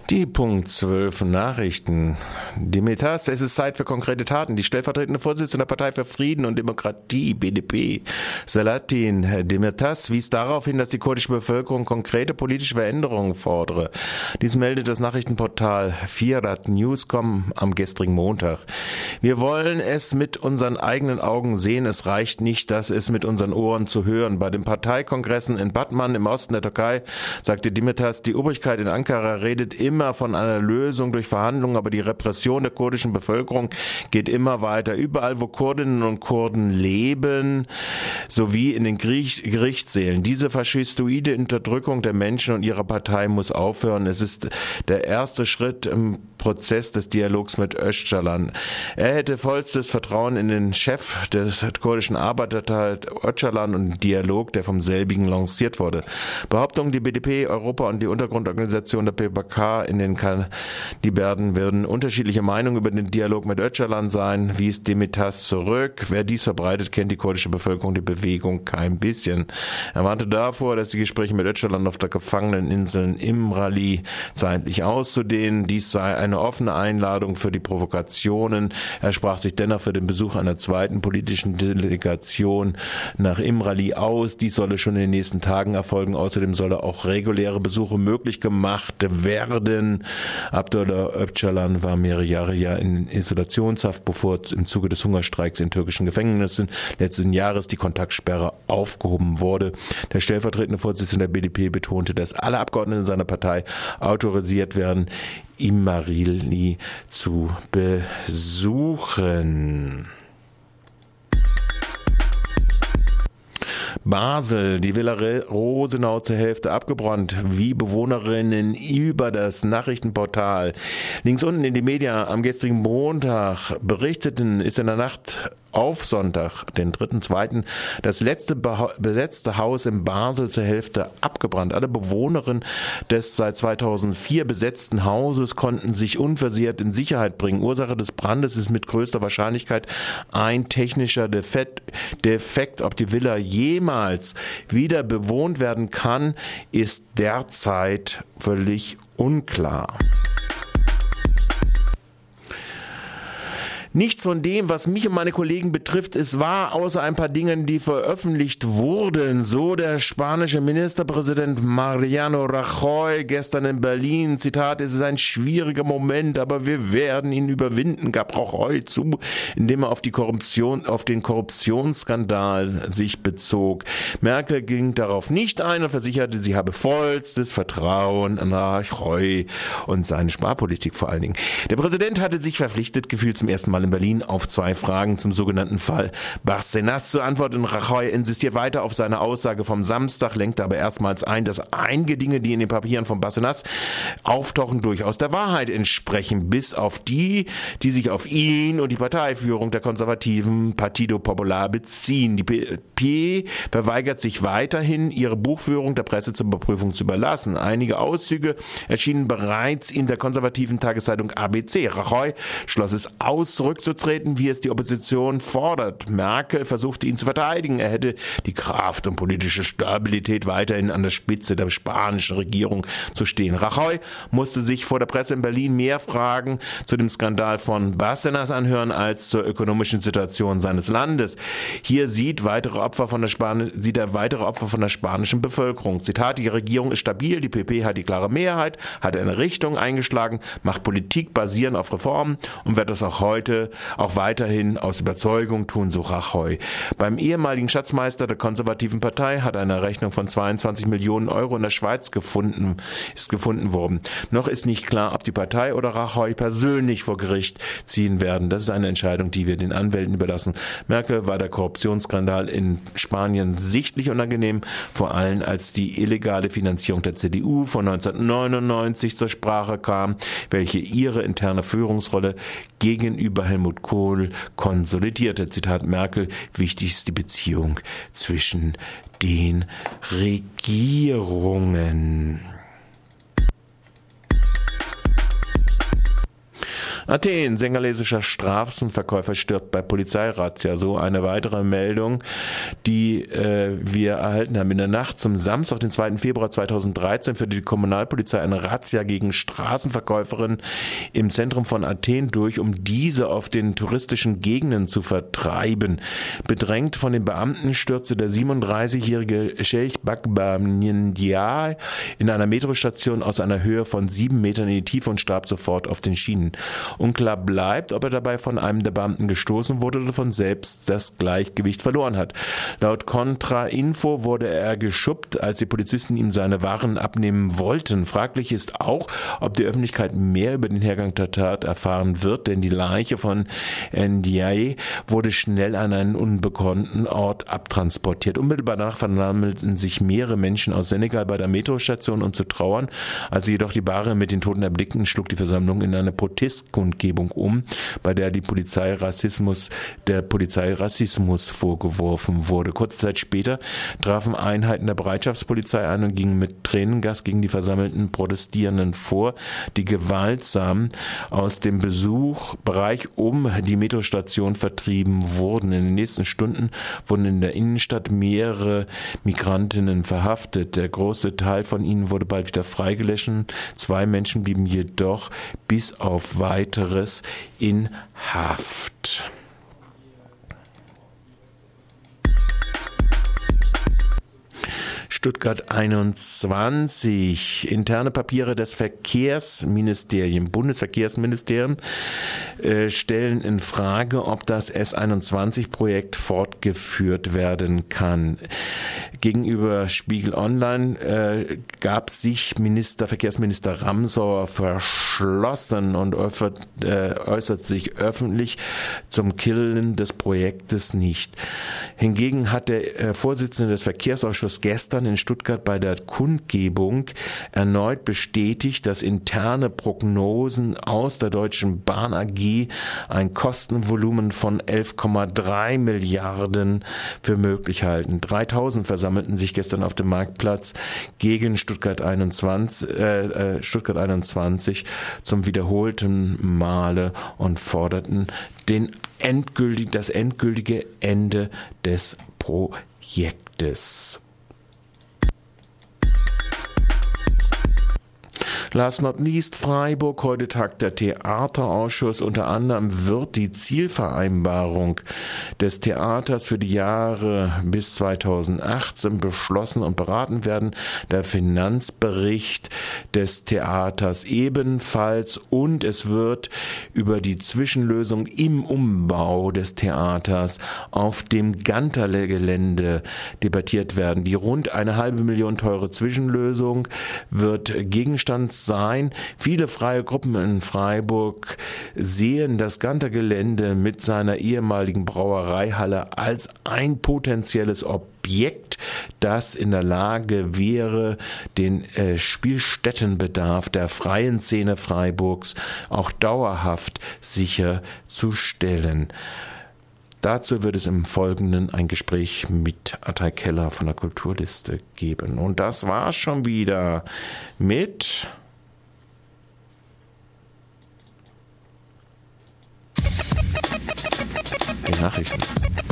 Die Punkt 12 Nachrichten. Demirtas, es ist Zeit für konkrete Taten. Die stellvertretende Vorsitzende der Partei für Frieden und Demokratie, BDP, Selahattin Demirtas, wies darauf hin, dass die kurdische Bevölkerung konkrete politische Veränderungen fordere. Dies meldet das Nachrichtenportal Firat.News.com am gestrigen Montag. Wir wollen es mit unseren eigenen Augen sehen. Es reicht nicht, das es mit unseren Ohren zu hören. Bei den Parteikongressen in Batman im Osten der Türkei sagte Demirtas, die Obrigkeit in Ankara redet immer von einer Lösung durch Verhandlungen, aber die Repression der kurdischen Bevölkerung geht immer weiter. Überall, wo Kurdinnen und Kurden leben, sowie in den Gerichtssälen. Diese faschistoide Unterdrückung der Menschen und ihrer Partei muss aufhören. Es ist der erste Schritt im Prozess des Dialogs mit Öcalan. Er hätte vollstes Vertrauen in den Chef des kurdischen Arbeiterteils Öcalan und den Dialog, der vom selbigen lanciert wurde. Behauptungen, die BDP, Europa und die Untergrundorganisation der PKK die werden unterschiedliche Meinungen über den Dialog mit Öcalan sein, wies Demirtas zurück. Wer dies verbreitet, kennt die kurdische Bevölkerung, die Bewegung kein bisschen. Er warnte davor, dass die Gespräche mit Öcalan auf der Gefangeneninsel İmralı zeitlich auszudehnen. Dies sei eine offene Einladung für die Provokationen. Er sprach sich dennoch für den Besuch einer zweiten politischen Delegation nach İmralı aus. Dies solle schon in den nächsten Tagen erfolgen. Außerdem solle auch reguläre Besuche möglich gemacht werden. Abdullah Öcalan war mehrere Jahre in Isolationshaft, bevor im Zuge des Hungerstreiks in türkischen Gefängnissen letzten Jahres die Kontaktsperre aufgehoben wurde. Der stellvertretende Vorsitzende der BDP betonte, dass alle Abgeordneten seiner Partei autorisiert werden, İmralı zu besuchen. Basel, die Villa Rosenau zur Hälfte abgebrannt, wie Bewohnerinnen über das Nachrichtenportal links unten in die Media am gestrigen Montag berichteten, ist in der Nacht auf Sonntag, den 3.2., das letzte besetzte Haus in Basel zur Hälfte abgebrannt. Alle Bewohnerinnen des seit 2004 besetzten Hauses konnten sich unversehrt in Sicherheit bringen. Ursache des Brandes ist mit größter Wahrscheinlichkeit ein technischer Defekt. Ob die Villa jemals wieder bewohnt werden kann, ist derzeit völlig unklar. Nichts von dem, was mich und meine Kollegen betrifft, ist wahr, außer ein paar Dingen, die veröffentlicht wurden. So der spanische Ministerpräsident Mariano Rajoy gestern in Berlin. Zitat, es ist ein schwieriger Moment, aber wir werden ihn überwinden, gab Rajoy zu, indem er auf den Korruptionsskandal sich bezog. Merkel ging darauf nicht ein und versicherte, sie habe vollstes Vertrauen an Rajoy und seine Sparpolitik vor allen Dingen. Der Präsident hatte sich verpflichtet gefühlt zum ersten Mal in Berlin auf 2 Fragen zum sogenannten Fall Bárcenas zu antworten. Rajoy insistiert weiter auf seine Aussage vom Samstag, lenkte aber erstmals ein, dass einige Dinge, die in den Papieren von Bárcenas auftauchen, durchaus der Wahrheit entsprechen, bis auf die sich auf ihn und die Parteiführung der konservativen Partido Popular beziehen. Die PP verweigert sich weiterhin, ihre Buchführung der Presse zur Überprüfung zu überlassen. Einige Auszüge erschienen bereits in der konservativen Tageszeitung ABC. Rajoy schloss es aus, zurückzutreten, wie es die Opposition fordert. Merkel versuchte ihn zu verteidigen. Er hätte die Kraft und politische Stabilität, weiterhin an der Spitze der spanischen Regierung zu stehen. Rajoy musste sich vor der Presse in Berlin mehr Fragen zu dem Skandal von Bárcenas anhören als zur ökonomischen Situation seines Landes. Hier sieht er weitere Opfer von der spanischen Bevölkerung. Zitat, die Regierung ist stabil, die PP hat die klare Mehrheit, hat eine Richtung eingeschlagen, macht Politik basierend auf Reformen und wird das auch weiterhin aus Überzeugung tun, so Rajoy. Beim ehemaligen Schatzmeister der konservativen Partei hat eine Rechnung von 22 Millionen Euro in der Schweiz gefunden worden. Noch ist nicht klar, ob die Partei oder Rajoy persönlich vor Gericht ziehen werden. Das ist eine Entscheidung, die wir den Anwälten überlassen. Merkel war der Korruptionsskandal in Spanien sichtlich unangenehm, vor allem als die illegale Finanzierung der CDU von 1999 zur Sprache kam, welche ihre interne Führungsrolle gegenüber Helmut Kohl konsolidierte. Zitat Merkel, wichtig ist die Beziehung zwischen den Regierungen. Athen, senegalesischer Straßenverkäufer stirbt bei Polizeirazzia. So eine weitere Meldung, die wir erhalten haben. In der Nacht zum Samstag, den 2. Februar 2013, führte die Kommunalpolizei eine Razzia gegen Straßenverkäuferinnen im Zentrum von Athen durch, um diese auf den touristischen Gegenden zu vertreiben. Bedrängt von den Beamten stürzte der 37-jährige Sheikh Bakba Ndiaye in einer Metrostation aus einer Höhe von 7 Metern in die Tiefe und starb sofort auf den Schienen. Unklar bleibt, ob er dabei von einem der Beamten gestoßen wurde oder von selbst das Gleichgewicht verloren hat. Laut Contra-Info wurde er geschubbt, als die Polizisten ihm seine Waren abnehmen wollten. Fraglich ist auch, ob die Öffentlichkeit mehr über den Hergang der Tat erfahren wird, denn die Leiche von Ndiaye wurde schnell an einen unbekannten Ort abtransportiert. Unmittelbar danach versammelten sich mehrere Menschen aus Senegal bei der Metrostation, um zu trauern. Als sie jedoch die Bahre mit den Toten erblickten, schlug die Versammlung in eine Protestkundgebung um, bei der der Polizei Rassismus vorgeworfen wurde. Kurze Zeit später trafen Einheiten der Bereitschaftspolizei ein und gingen mit Tränengas gegen die versammelten Protestierenden vor, die gewaltsam aus dem Bereich um die Metrostation vertrieben wurden. In den nächsten Stunden wurden in der Innenstadt mehrere Migrantinnen verhaftet. Der große Teil von ihnen wurde bald wieder freigelassen. 2 Menschen blieben jedoch bis auf Weiteres in Haft. Stuttgart 21. Interne Papiere des Bundesverkehrsministerium stellen in Frage, ob das S21-Projekt fortgeführt werden kann. Gegenüber Spiegel Online gab sich Verkehrsminister Ramsauer verschlossen und äußert sich öffentlich zum Killen des Projektes nicht. Hingegen hat der Vorsitzende des Verkehrsausschusses gestern in Stuttgart bei der Kundgebung erneut bestätigt, dass interne Prognosen aus der Deutschen Bahn AG ein Kostenvolumen von 11,3 Milliarden für möglich halten. 3000 versammelten sich gestern auf dem Marktplatz gegen Stuttgart 21 zum wiederholten Male und forderten das endgültige Ende des Projektes. Last not least Freiburg. Heute tagt der Theaterausschuss. Unter anderem wird die Zielvereinbarung des Theaters für die Jahre bis 2018 beschlossen und beraten werden. Der Finanzbericht des Theaters ebenfalls. Und es wird über die Zwischenlösung im Umbau des Theaters auf dem Ganterle-Gelände debattiert werden. Die rund 1,5 Million teure Zwischenlösung wird Gegenstand sein. Viele freie Gruppen in Freiburg sehen das Ganter-Gelände mit seiner ehemaligen Brauereihalle als ein potenzielles Objekt, das in der Lage wäre, den Spielstättenbedarf der freien Szene Freiburgs auch dauerhaft sicherzustellen. Dazu wird es im Folgenden ein Gespräch mit Atay Keller von der Kulturliste geben. Und das war's schon wieder mit den Nachrichten.